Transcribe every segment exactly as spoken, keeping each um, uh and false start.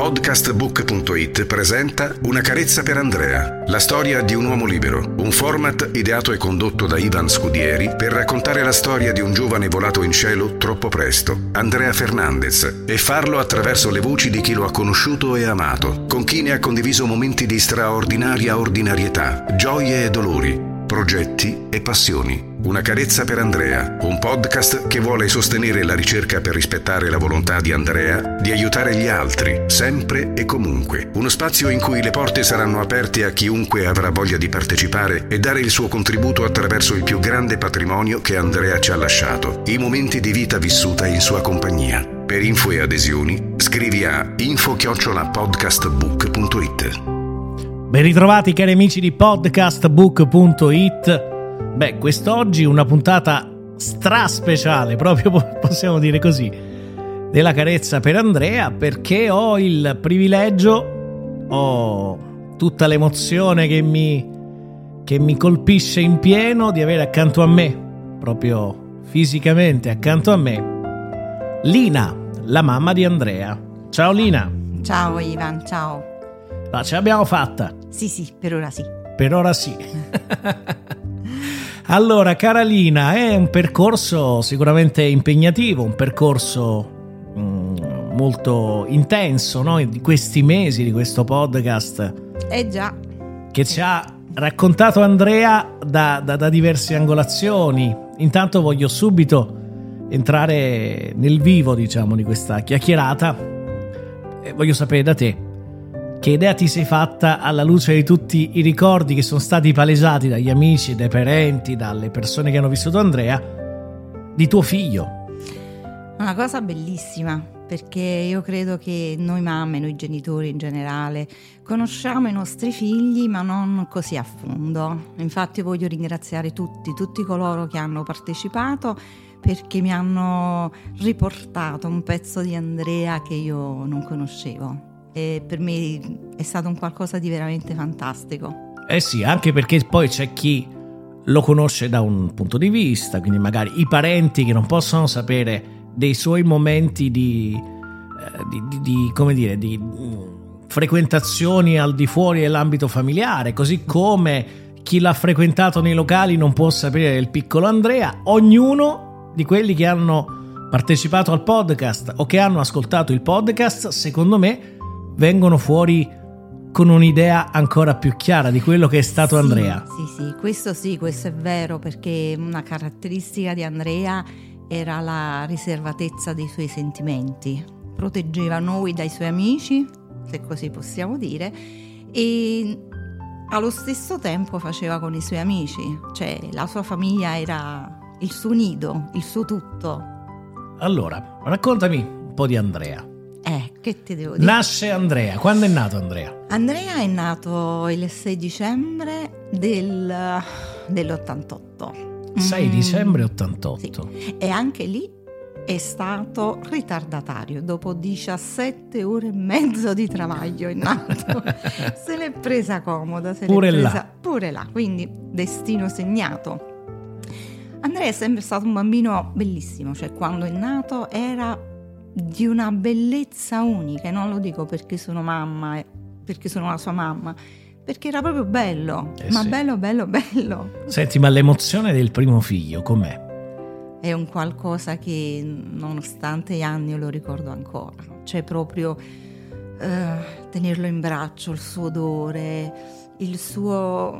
Podcastbook punto it presenta Una carezza per Andrea, la storia di un uomo libero, un format ideato e condotto da Ivan Scudieri per raccontare la storia di un giovane volato in cielo troppo presto, Andrea Fernandez, e farlo attraverso le voci di chi lo ha conosciuto e amato, con chi ne ha condiviso momenti di straordinaria ordinarietà, gioie e dolori, progetti e passioni. Una carezza per Andrea, un podcast che vuole sostenere la ricerca per rispettare la volontà di Andrea di aiutare gli altri, sempre e comunque. Uno spazio in cui le porte saranno aperte a chiunque avrà voglia di partecipare e dare il suo contributo attraverso il più grande patrimonio che Andrea ci ha lasciato, i momenti di vita vissuta in sua compagnia. Per info e adesioni scrivi a info chiocciola podcastbook punto it. Ben ritrovati cari amici di Podcastbook punto it. Beh, quest'oggi una puntata stra speciale, proprio possiamo dire così, della carezza per Andrea, perché ho il privilegio, ho tutta l'emozione che mi, che mi colpisce in pieno di avere accanto a me, proprio fisicamente accanto a me, Lina, la mamma di Andrea. Ciao Lina. Ciao Ivan, ciao. Ma ce l'abbiamo fatta. Sì, sì, per ora sì. Per ora sì. Allora, cara Lina, è un percorso sicuramente impegnativo, un percorso mm, molto intenso, no? Di questi mesi, di questo podcast. Eh già. Che ci ha raccontato Andrea da, da, da diverse angolazioni. Intanto voglio subito entrare nel vivo, diciamo, di questa chiacchierata. E voglio sapere da te, che idea ti sei fatta alla luce di tutti i ricordi che sono stati palesati dagli amici, dai parenti, dalle persone che hanno vissuto Andrea, di tuo figlio? Una cosa bellissima, perché io credo che noi mamme, noi genitori in generale, conosciamo i nostri figli ma non così a fondo. Infatti voglio ringraziare tutti, tutti coloro che hanno partecipato, perché mi hanno riportato un pezzo di Andrea che io non conoscevo. E per me è stato un qualcosa di veramente fantastico. Eh sì, anche perché poi c'è chi lo conosce da un punto di vista, quindi magari i parenti che non possono sapere dei suoi momenti di, eh, di, di, di come dire, di mh, frequentazioni al di fuori dell'ambito familiare, così come chi l'ha frequentato nei locali non può sapere del piccolo Andrea. Ognuno di quelli che hanno partecipato al podcast o che hanno ascoltato il podcast, secondo me, vengono fuori con un'idea ancora più chiara di quello che è stato sì, Andrea. Sì, sì, questo sì, questo è vero, perché una caratteristica di Andrea era la riservatezza dei suoi sentimenti. Proteggeva noi dai suoi amici, se così possiamo dire, e allo stesso tempo faceva con i suoi amici, cioè la sua famiglia era il suo nido, il suo tutto. Allora, raccontami un po' di Andrea. Eh, che ti devo dire? Nasce Andrea. Quando è nato Andrea? Andrea è nato il sei dicembre del, dell'ottantotto. sei dicembre ottantotto. Sì. E anche lì è stato ritardatario. Dopo diciassette ore e mezzo di travaglio è nato. Se l'è presa comoda. Se pure l'è presa, là. Pure là, quindi destino segnato. Andrea è sempre stato un bambino bellissimo. Cioè, quando è nato era di una bellezza unica, e non lo dico perché sono mamma, perché sono la sua mamma, perché era proprio bello, eh ma sì. bello, bello, bello. Senti, ma l'emozione del primo figlio com'è? È un qualcosa che nonostante gli anni io lo ricordo ancora, cioè proprio eh, tenerlo in braccio, il suo odore, il suo...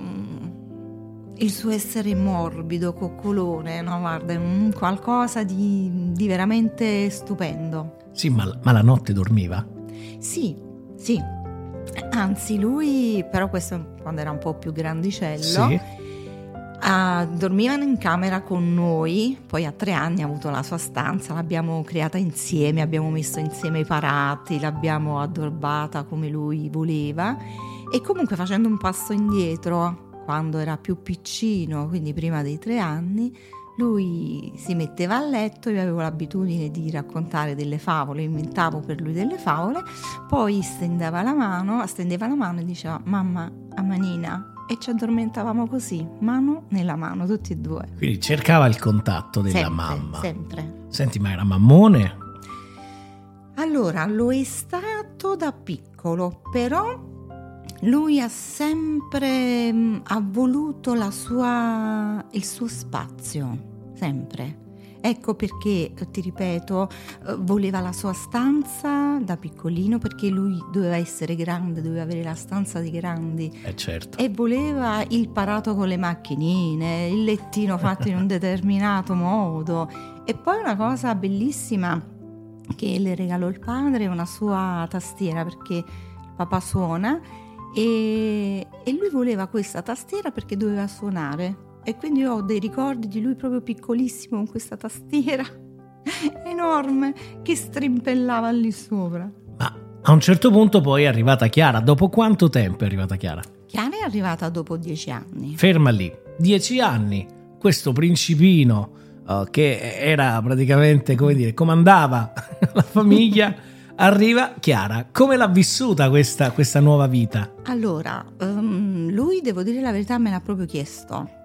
il suo essere morbido, coccolone, no, guarda, è un qualcosa di, di veramente stupendo. Sì, ma, ma la notte dormiva? Sì, sì. Anzi, lui, però questo quando era un po' più grandicello, sì. uh, dormiva in camera con noi, poi a tre anni ha avuto la sua stanza, l'abbiamo creata insieme, abbiamo messo insieme i parati, l'abbiamo addobbata come lui voleva, e comunque facendo un passo indietro, quando era più piccino, quindi prima dei tre anni, lui si metteva a letto, io avevo l'abitudine di raccontare delle favole, inventavo per lui delle favole, poi stendeva la mano, stendeva la mano e diceva mamma a manina, e ci addormentavamo così, mano nella mano, tutti e due. Quindi cercava il contatto della sempre, mamma. Sempre. Senti, ma era mammone? Allora, lo è stato tanto da piccolo, però lui ha sempre mh, ha voluto la sua, il suo spazio, sempre. Ecco perché, ti ripeto, voleva la sua stanza da piccolino, perché lui doveva essere grande, doveva avere la stanza dei grandi. Eh certo. E voleva il parato con le macchinine, il lettino fatto in un determinato modo. E poi una cosa bellissima che le regalò il padre, una sua tastiera, perché il papà suona, e, e lui voleva questa tastiera perché doveva suonare. E quindi io ho dei ricordi di lui proprio piccolissimo con questa tastiera enorme che strimpellava lì sopra. Ma a un certo punto poi è arrivata Chiara. Dopo quanto tempo è arrivata Chiara? Chiara è arrivata dopo dieci anni. Ferma lì. Dieci anni. Questo principino uh, che era praticamente, come dire, comandava la famiglia, arriva Chiara. Come l'ha vissuta questa, questa nuova vita? Allora, um, lui, devo dire la verità, me l'ha proprio chiesto.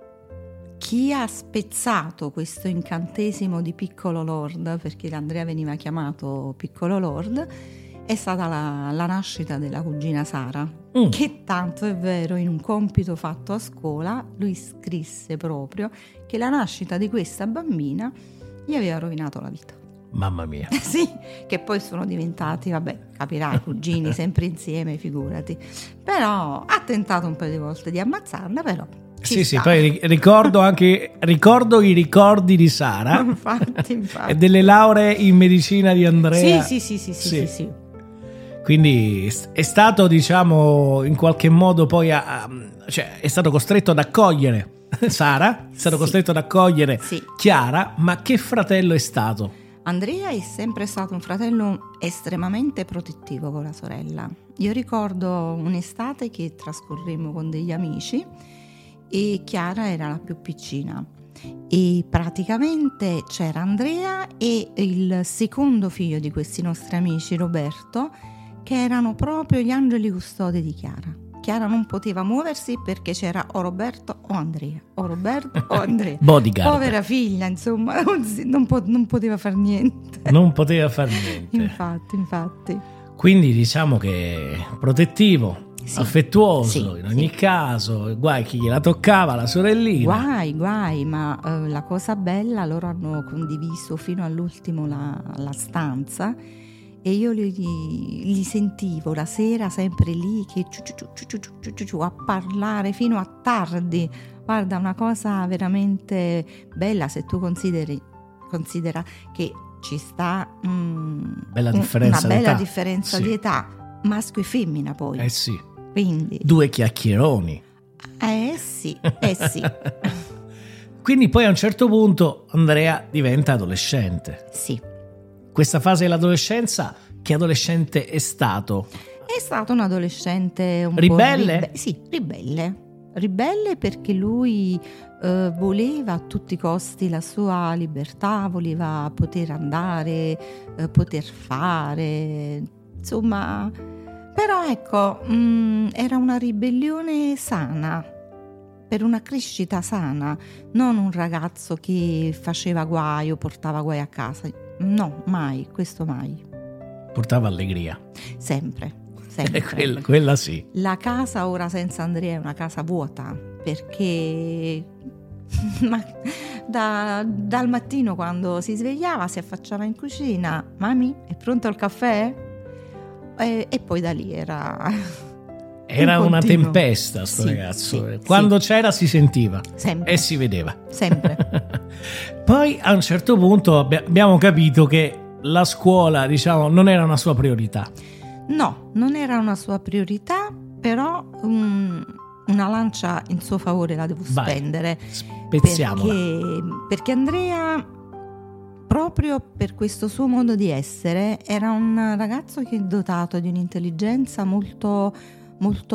Chi ha spezzato questo incantesimo di Piccolo Lord, perché Andrea veniva chiamato Piccolo Lord, è stata la, la nascita della cugina Sara, mm. che tanto è vero, in un compito fatto a scuola lui scrisse proprio che la nascita di questa bambina gli aveva rovinato la vita. Mamma mia. Sì, che poi sono diventati, vabbè, capirai, cugini sempre insieme, figurati. Però ha tentato un paio di volte di ammazzarla, però Ci sì, sta. sì, poi ricordo anche ricordo i ricordi di Sara infatti, infatti. e delle lauree in medicina di Andrea. Sì, sì, sì, sì, sì, sì, sì. Quindi è stato, diciamo, in qualche modo poi a, a, cioè è stato costretto ad accogliere Sara, è stato sì. costretto ad accogliere sì. Chiara, ma che fratello è stato? Andrea è sempre stato un fratello estremamente protettivo con la sorella. Io ricordo un'estate che trascorremmo con degli amici e Chiara era la più piccina e praticamente c'era Andrea e il secondo figlio di questi nostri amici, Roberto, che erano proprio gli angeli custodi di Chiara. Chiara non poteva muoversi perché c'era o Roberto o Andrea, o Roberto o Andrea. Bodyguard. Povera figlia, insomma, non, si, non, po- non poteva far niente. Non poteva far niente. Infatti, infatti. Quindi diciamo che protettivo, sì, affettuoso, sì, in ogni sì. caso, guai chi gliela toccava, la sorellina. Guai, guai, ma uh, la cosa bella, loro hanno condiviso fino all'ultimo la, la stanza e io li, li sentivo la sera sempre lì che ciu ciu ciu ciu ciu ciu ciu, a parlare fino a tardi. Guarda, una cosa veramente bella se tu consideri considera che ci sta mm, bella differenza una bella d'età. differenza sì. di età, maschio e femmina poi. Eh sì. Quindi due chiacchieroni. Eh sì, eh sì. Quindi poi a un certo punto Andrea diventa adolescente. Sì. Questa fase dell'adolescenza, che adolescente è stato? È stato un adolescente un ribelle? po' ribe- sì, ribelle. Ribelle perché lui eh, voleva a tutti i costi la sua libertà, voleva poter andare, eh, poter fare, insomma. Però ecco, mh, era una ribellione sana, per una crescita sana, non un ragazzo che faceva guai o portava guai a casa. No, mai, questo mai. Portava allegria. Sempre. Sempre. quella, quella sì. La casa ora senza Andrea è una casa vuota perché ma, da, dal mattino quando si svegliava si affacciava in cucina, mami è pronto il caffè? E, e poi da lì era era un una continuo. tempesta sto sì, ragazzo sì, quando sì. c'era si sentiva sempre. E si vedeva sempre. Poi a un certo punto abbiamo capito che la scuola, diciamo, non era una sua priorità. No, non era una sua priorità, però um, una lancia in suo favore la devo Vai, spendere. spezziamola. Perché, perché Andrea, proprio per questo suo modo di essere, era un ragazzo che è dotato di un'intelligenza molto, molto,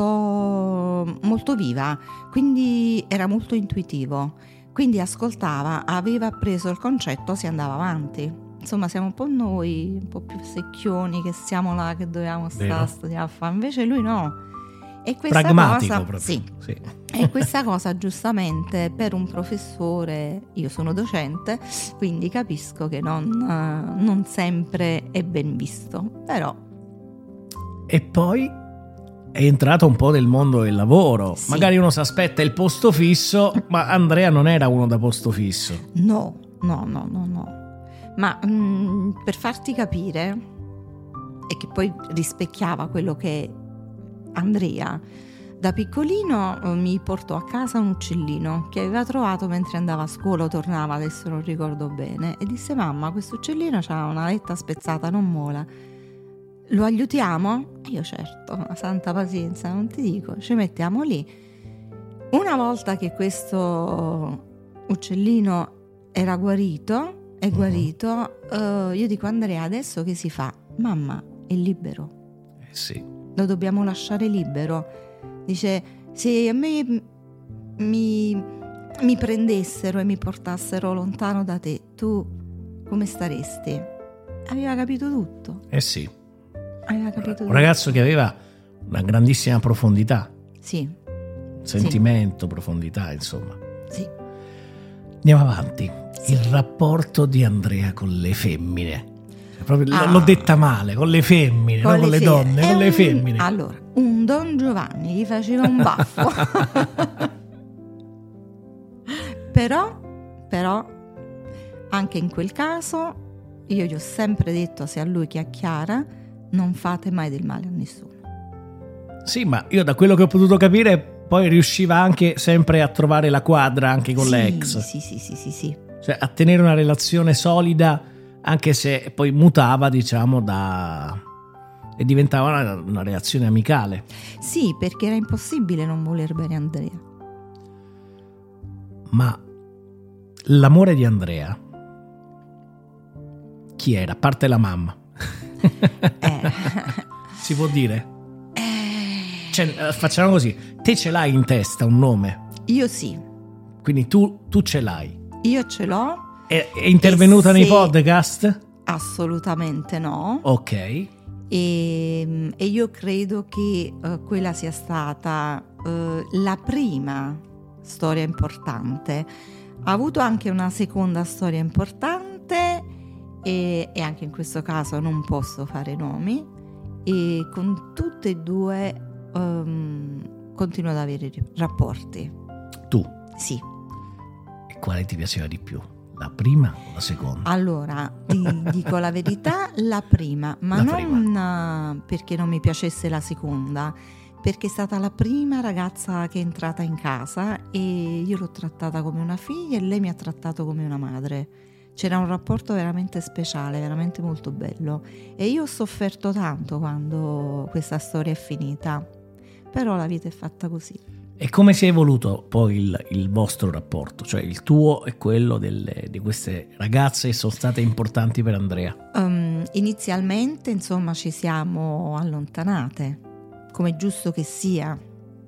molto viva, quindi era molto intuitivo. Quindi ascoltava, aveva preso il concetto, si andava avanti. Insomma, siamo un po' noi, un po' più secchioni che siamo là, che dobbiamo stare a studiare a fare. Invece lui no. E questa pragmatico cosa, proprio. Sì. sì. E questa cosa giustamente per un professore, io sono docente, quindi capisco che non, non sempre è ben visto. Però e poi è entrato un po' nel mondo del lavoro. Sì. Magari uno si aspetta il posto fisso, ma Andrea non era uno da posto fisso. No, no, no, no, no. Ma mh, per farti capire, e che poi rispecchiava quello che Andrea, da piccolino mi portò a casa un uccellino che aveva trovato mentre andava a scuola o tornava, adesso non ricordo bene, e disse: mamma, questo uccellino ha una aletta spezzata, non mola, lo aiutiamo? E io: certo, una santa pazienza, non ti dico, ci mettiamo lì. Una volta che questo uccellino era guarito, è guarito, uh, io dico: Andrea, adesso che si fa? Mamma, è libero. Eh sì. Lo dobbiamo lasciare libero. Dice: se a me mi, mi prendessero e mi portassero lontano da te, tu come staresti? Aveva capito tutto. Eh sì. Aveva capito tutto. Un ragazzo che aveva una grandissima profondità. Sì. Sentimento, sì. profondità, insomma. Sì. Andiamo avanti. Sì. Il rapporto di Andrea con le femmine. Proprio ah. L'ho detta male, con le femmine, con non le con le fe- donne, È con un, le femmine. Allora, un Don Giovanni gli faceva un baffo. però, però, anche in quel caso, io gli ho sempre detto, sia a lui che a Chiara: non fate mai del male a nessuno. Sì, ma io da quello che ho potuto capire, poi riusciva anche sempre a trovare la quadra anche con sì, le ex. Sì, sì, sì, sì, sì. Cioè a tenere una relazione solida, anche se poi mutava, diciamo, da... e diventava una, una relazione amicale. Sì, perché era impossibile non voler bene Andrea. Ma l'amore di Andrea, chi era? A parte la mamma. Eh. Si può dire? Eh. Cioè, facciamo così, te ce l'hai in testa un nome? Io sì. Quindi tu, tu ce l'hai? Io ce l'ho. È, è intervenuta nei se... podcast? Assolutamente no. Ok. E, e io credo che uh, quella sia stata uh, la prima storia importante. Ha avuto anche una seconda storia importante e, e anche in questo caso non posso fare nomi, e con tutte e due um, continuo ad avere rapporti. Tu? Sì. E quale ti piaceva di più? La prima o la seconda? Allora, ti dico la verità, la prima, ma la non prima. Perché non mi piacesse la seconda, perché è stata la prima ragazza che è entrata in casa e io l'ho trattata come una figlia e lei mi ha trattato come una madre. C'era un rapporto veramente speciale, veramente molto bello, e io ho sofferto tanto quando questa storia è finita, però la vita è fatta così. E come si è evoluto poi il, il vostro rapporto? Cioè il tuo e quello delle, di queste ragazze che sono state importanti per Andrea? Um, inizialmente, insomma, ci siamo allontanate, come è giusto che sia.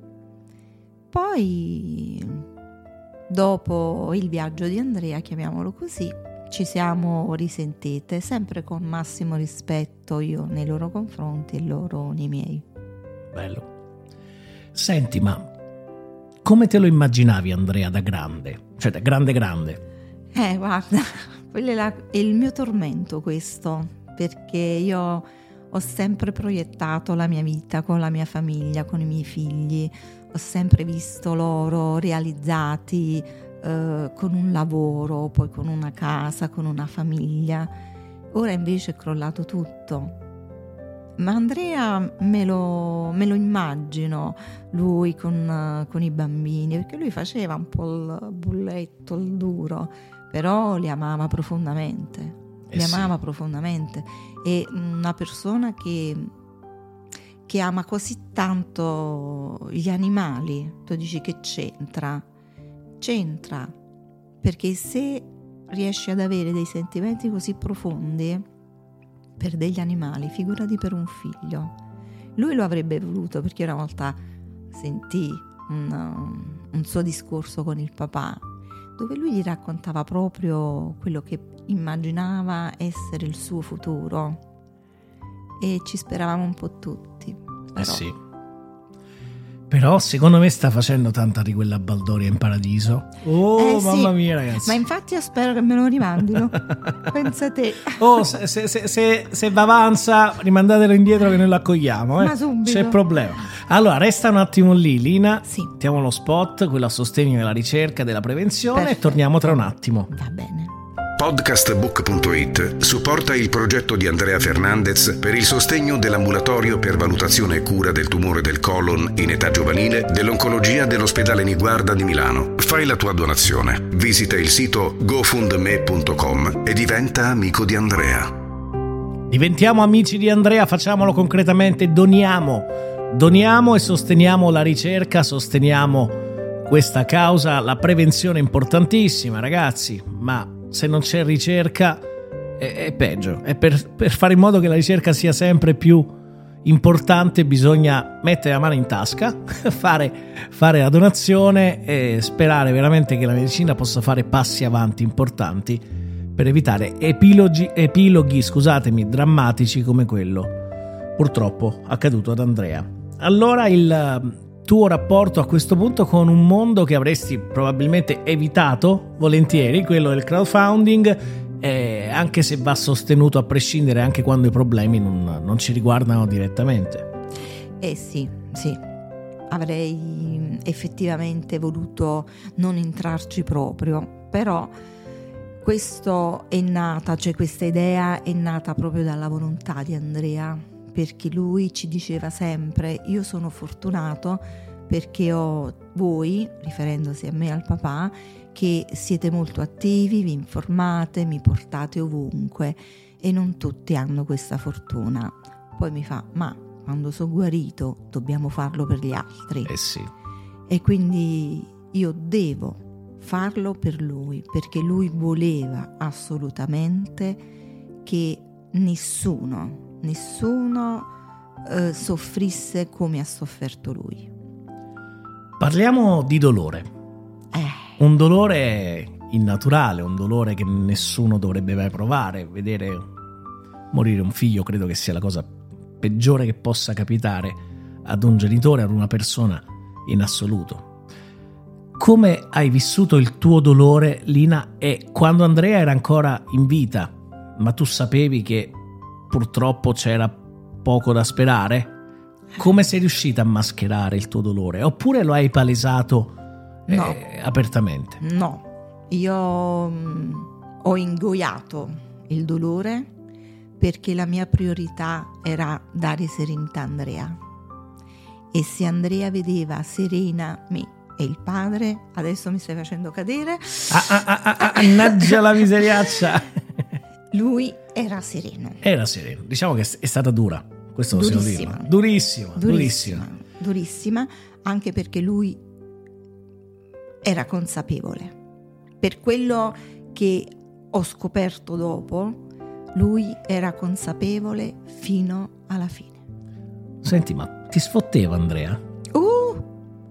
Poi, dopo il viaggio di Andrea, chiamiamolo così, ci siamo risentite, sempre con massimo rispetto, io nei loro confronti e loro nei miei. Bello. Senti, ma come te lo immaginavi Andrea da grande? Cioè da grande grande? Eh, guarda, quello è, la, è il mio tormento questo, perché io ho sempre proiettato la mia vita con la mia famiglia, con i miei figli, ho sempre visto loro realizzati eh, con un lavoro, poi con una casa, con una famiglia. Ora invece è crollato tutto. Ma Andrea me lo, me lo immagino, lui con, con i bambini, perché lui faceva un po' il bulletto, il duro, però li amava profondamente, eh li sì. amava profondamente. È una persona che, che ama così tanto gli animali. Tu dici che c'entra? C'entra, perché se riesci ad avere dei sentimenti così profondi per degli animali, figurati per un figlio. Lui lo avrebbe voluto, perché una volta sentì un, un suo discorso con il papà, dove lui gli raccontava proprio quello che immaginava essere il suo futuro, e ci speravamo un po' tutti. Però. Eh sì. Però secondo me sta facendo tanta di quella baldoria in paradiso. Oh, Eh, mamma sì. mia, ragazzi. Ma infatti io spero che me lo rimandino. Pensa te. Oh, se, se, se, se, se va avanza, rimandatelo indietro che noi lo accogliamo. Eh. Ma subito. C'è problema. Allora, resta un attimo lì, Lina. Sì. Mettiamo lo spot, quello a sostegno della ricerca e della prevenzione, Perfetto. e torniamo tra un attimo. Va bene. Podcastbook punto it supporta il progetto di Andrea Fernandez per il sostegno dell'ambulatorio per valutazione e cura del tumore del colon in età giovanile dell'oncologia dell'ospedale Niguarda di Milano. Fai la tua donazione. Visita il sito gofundme punto com e diventa amico di Andrea. Diventiamo amici di Andrea, facciamolo concretamente, doniamo. Doniamo e sosteniamo la ricerca, sosteniamo questa causa. La prevenzione è importantissima, ragazzi, ma se non c'è ricerca è, è peggio. E per, per fare in modo che la ricerca sia sempre più importante bisogna mettere la mano in tasca, fare, fare la donazione e sperare veramente che la medicina possa fare passi avanti importanti per evitare epilogi, epiloghi scusatemi, drammatici come quello purtroppo accaduto ad Andrea. Allora, il tuo rapporto a questo punto con un mondo che avresti probabilmente evitato volentieri, quello del crowdfunding, eh, anche se va sostenuto a prescindere, anche quando i problemi non, non ci riguardano direttamente. Eh sì, sì. Avrei effettivamente voluto non entrarci proprio, però questo è nata, cioè questa idea è nata proprio dalla volontà di Andrea, perché lui ci diceva sempre: io sono fortunato perché ho voi, riferendosi a me e al papà, che siete molto attivi, vi informate, mi portate ovunque, e non tutti hanno questa fortuna. Poi mi fa: ma quando sono guarito dobbiamo farlo per gli altri. Eh sì. E quindi io devo farlo per lui, perché lui voleva assolutamente che nessuno nessuno eh, soffrisse come ha sofferto lui. Parliamo di dolore. Eh, Un dolore innaturale, un dolore che nessuno dovrebbe mai provare. Vedere morire un figlio credo che sia la cosa peggiore che possa capitare ad un genitore, ad una persona in assoluto. Come hai vissuto il tuo dolore, Lina, e quando Andrea era ancora in vita, ma tu sapevi che purtroppo c'era poco da sperare? Come sei riuscita a mascherare il tuo dolore? Oppure lo hai palesato eh, No. apertamente? no, io mh, ho ingoiato il dolore perché la mia priorità era dare serenità a Andrea. E se Andrea vedeva serena me e il padre, adesso mi stai facendo cadere, Ah, ah, ah, ah, annaggia la miseriaccia! lui era sereno. Era sereno. Diciamo che è stata dura. Questo possiamo Durissima. dirlo. Durissima, durissima. Durissima, durissima, anche perché lui era consapevole. Per quello che ho scoperto dopo, lui era consapevole fino alla fine. Senti, ma ti sfotteva Andrea? Uh!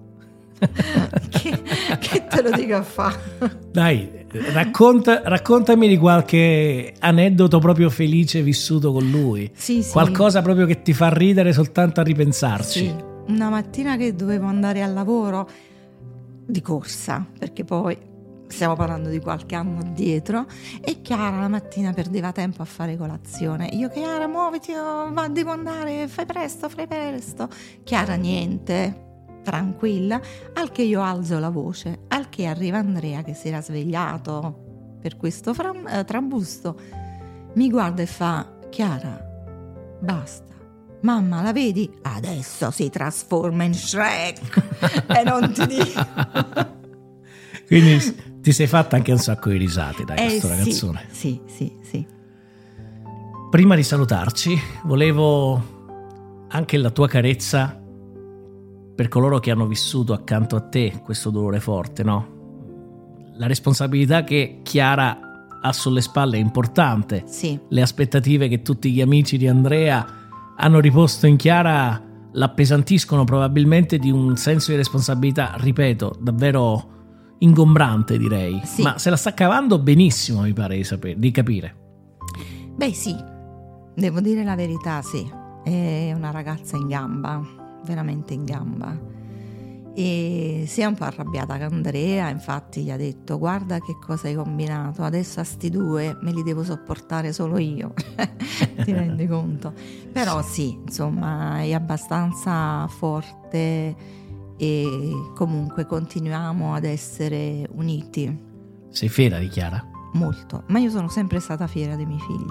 che, che te lo dico a fare? Dai, racconta, raccontami di qualche aneddoto proprio felice vissuto con lui. Sì, sì. Qualcosa proprio che ti fa ridere soltanto a ripensarci. Sì, una mattina che dovevo andare al lavoro di corsa, perché poi stiamo parlando di qualche anno addietro, e Chiara la mattina perdeva tempo a fare colazione. Io: Chiara, muoviti, oh, va, devo andare, fai presto, fai presto. Chiara niente, tranquilla, al che io alzo la voce, al che arriva Andrea che si era svegliato per questo fram- eh, trambusto, mi guarda e fa: Chiara, basta. Mamma, la vedi? Adesso si trasforma in Shrek. E non ti dico. Quindi ti sei fatta anche un sacco di risate, dai, Eh, questo sì, ragazzone. sì, sì, sì. Prima di salutarci, volevo anche la tua carezza per coloro che hanno vissuto accanto a te questo dolore forte, no? La responsabilità che Chiara ha sulle spalle è importante. Sì. Le aspettative che tutti gli amici di Andrea hanno riposto in Chiara l'appesantiscono probabilmente di un senso di responsabilità, ripeto, davvero ingombrante, direi. Sì. Ma se la sta cavando benissimo, mi pare di sapere, di capire. Beh, sì, devo dire la verità, sì. È una ragazza in gamba, veramente in gamba. e si è un po' arrabbiata con Andrea, infatti gli ha detto: guarda che cosa hai combinato, adesso a sti due me li devo sopportare solo io. Ti rendi conto? Però sì, insomma, è abbastanza forte e comunque continuiamo ad essere uniti. Sei fiera di Chiara? Molto, ma io sono sempre stata fiera dei miei figli.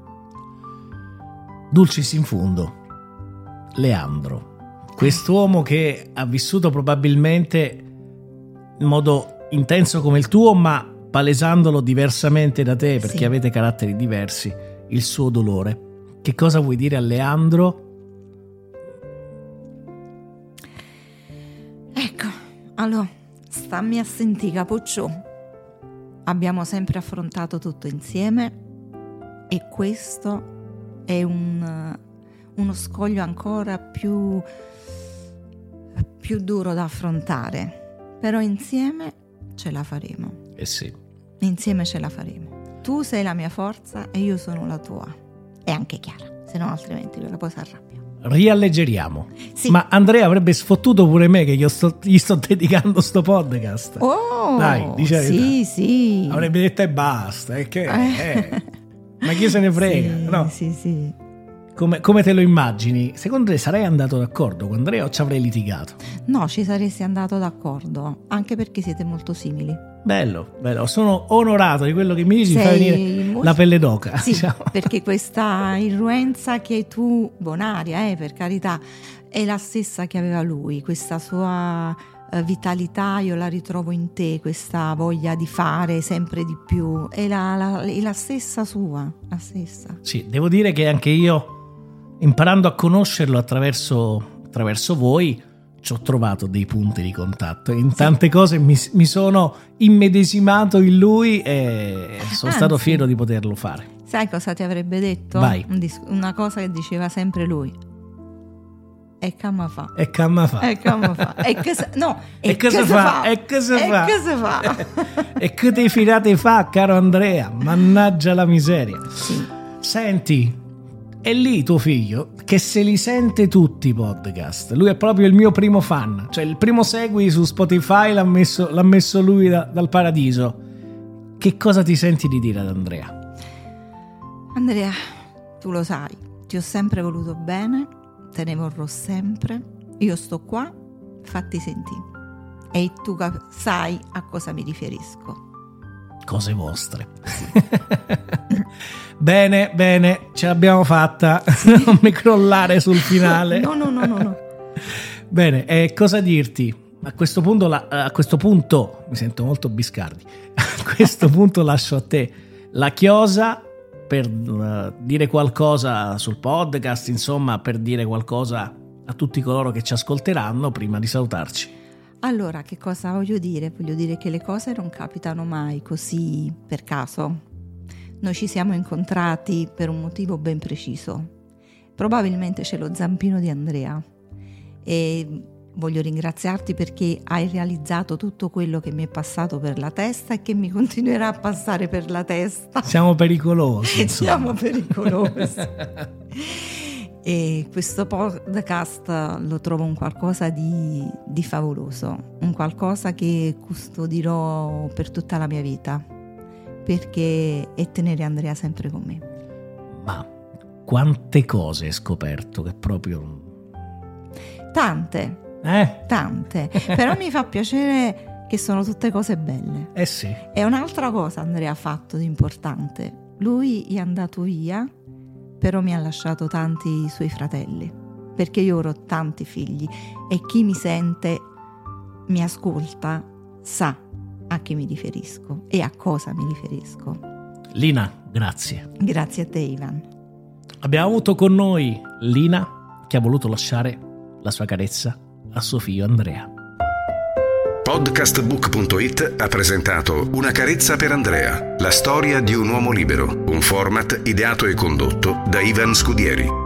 Dulcis in fundo, Leandro, quest'uomo che ha vissuto probabilmente in modo intenso come il tuo, ma palesandolo diversamente da te, perché sì. avete caratteri diversi, il suo dolore. Che cosa vuoi dire a Leandro? Ecco, allora, stammi a sentire, capoccio. Abbiamo sempre affrontato tutto insieme e questo è un, uno scoglio ancora più più duro da affrontare, però insieme ce la faremo. Eh sì. Insieme ce la faremo. Tu sei la mia forza e io sono la tua. E anche Chiara, se no altrimenti quella poi si arrabbia. Rialleggeriamo. Sì. Ma Andrea avrebbe sfottuto pure me che gli sto, gli sto dedicando sto podcast. Oh, dai, dice la sì, verità. sì. Avrebbe detto e basta, e che eh. Ma chi se ne frega? Sì, no? sì, sì. Come, come te lo immagini? Secondo te sarei andato d'accordo con Andrea o ci avrei litigato? No, ci saresti andato d'accordo, anche perché siete molto simili. Bello, bello. Sono onorato di quello che mi dici, mi Sei fa venire molto... la pelle d'oca. Sì, diciamo. Perché questa irruenza che hai tu, bonaria, eh, per carità, è la stessa che aveva lui, questa sua uh, vitalità io la ritrovo in te, questa voglia di fare sempre di più, è la, la, è la stessa sua, la stessa. Sì, devo dire che anche io, imparando a conoscerlo attraverso, attraverso voi, ci ho trovato dei punti di contatto. In tante sì. cose mi, mi sono immedesimato in lui e sono Anzi, stato fiero di poterlo fare. Sai cosa ti avrebbe detto? Vai. Un dis- una cosa che diceva sempre lui. E camma fa. E camma fa. E camma fa. E che se, no, e, e che se fa? fa? E che se fa? E che se fa? E che te filate fa, caro Andrea? Mannaggia la miseria. Sì. Senti, è lì tuo figlio che se li sente tutti i podcast. Lui è proprio il mio primo fan, cioè il primo segui su Spotify l'ha messo, l'ha messo lui da, dal paradiso. Che cosa ti senti di dire ad Andrea? Andrea, tu lo sai, ti ho sempre voluto bene, te ne vorrò sempre, io sto qua, fatti sentire e tu sai a cosa mi riferisco. Cose vostre. Bene, bene, ce l'abbiamo fatta. Non mi crollare sul finale. No, no, no, no, no. Bene, e cosa dirti? A questo punto, la, a questo punto mi sento molto Biscardi. A questo punto lascio a te la chiosa per uh, dire qualcosa sul podcast, insomma, per dire qualcosa a tutti coloro che ci ascolteranno prima di salutarci. Allora, che cosa voglio dire? Voglio dire che le cose non capitano mai così per caso. Noi ci siamo incontrati per un motivo ben preciso. Probabilmente c'è lo zampino di Andrea e voglio ringraziarti perché hai realizzato tutto quello che mi è passato per la testa e che mi continuerà a passare per la testa. Siamo pericolosi, insomma. Siamo pericolosi. E questo podcast lo trovo un qualcosa di, di favoloso, un qualcosa che custodirò per tutta la mia vita, perché è tenere Andrea sempre con me. Ma quante cose hai scoperto che proprio... Tante, eh? tante, però mi fa piacere che sono tutte cose belle. Eh sì. E un'altra cosa Andrea ha fatto di importante, lui è andato via, però mi ha lasciato tanti suoi fratelli, perché io ora ho tanti figli e chi mi sente, mi ascolta, sa a chi mi riferisco e a cosa mi riferisco. Lina, grazie. Grazie a te, Ivan. Abbiamo avuto con noi Lina che ha voluto lasciare la sua carezza a suo figlio Andrea. Podcastbook punto it ha presentato Una carezza per Andrea, la storia di un uomo libero, un format ideato e condotto da Ivan Scudieri.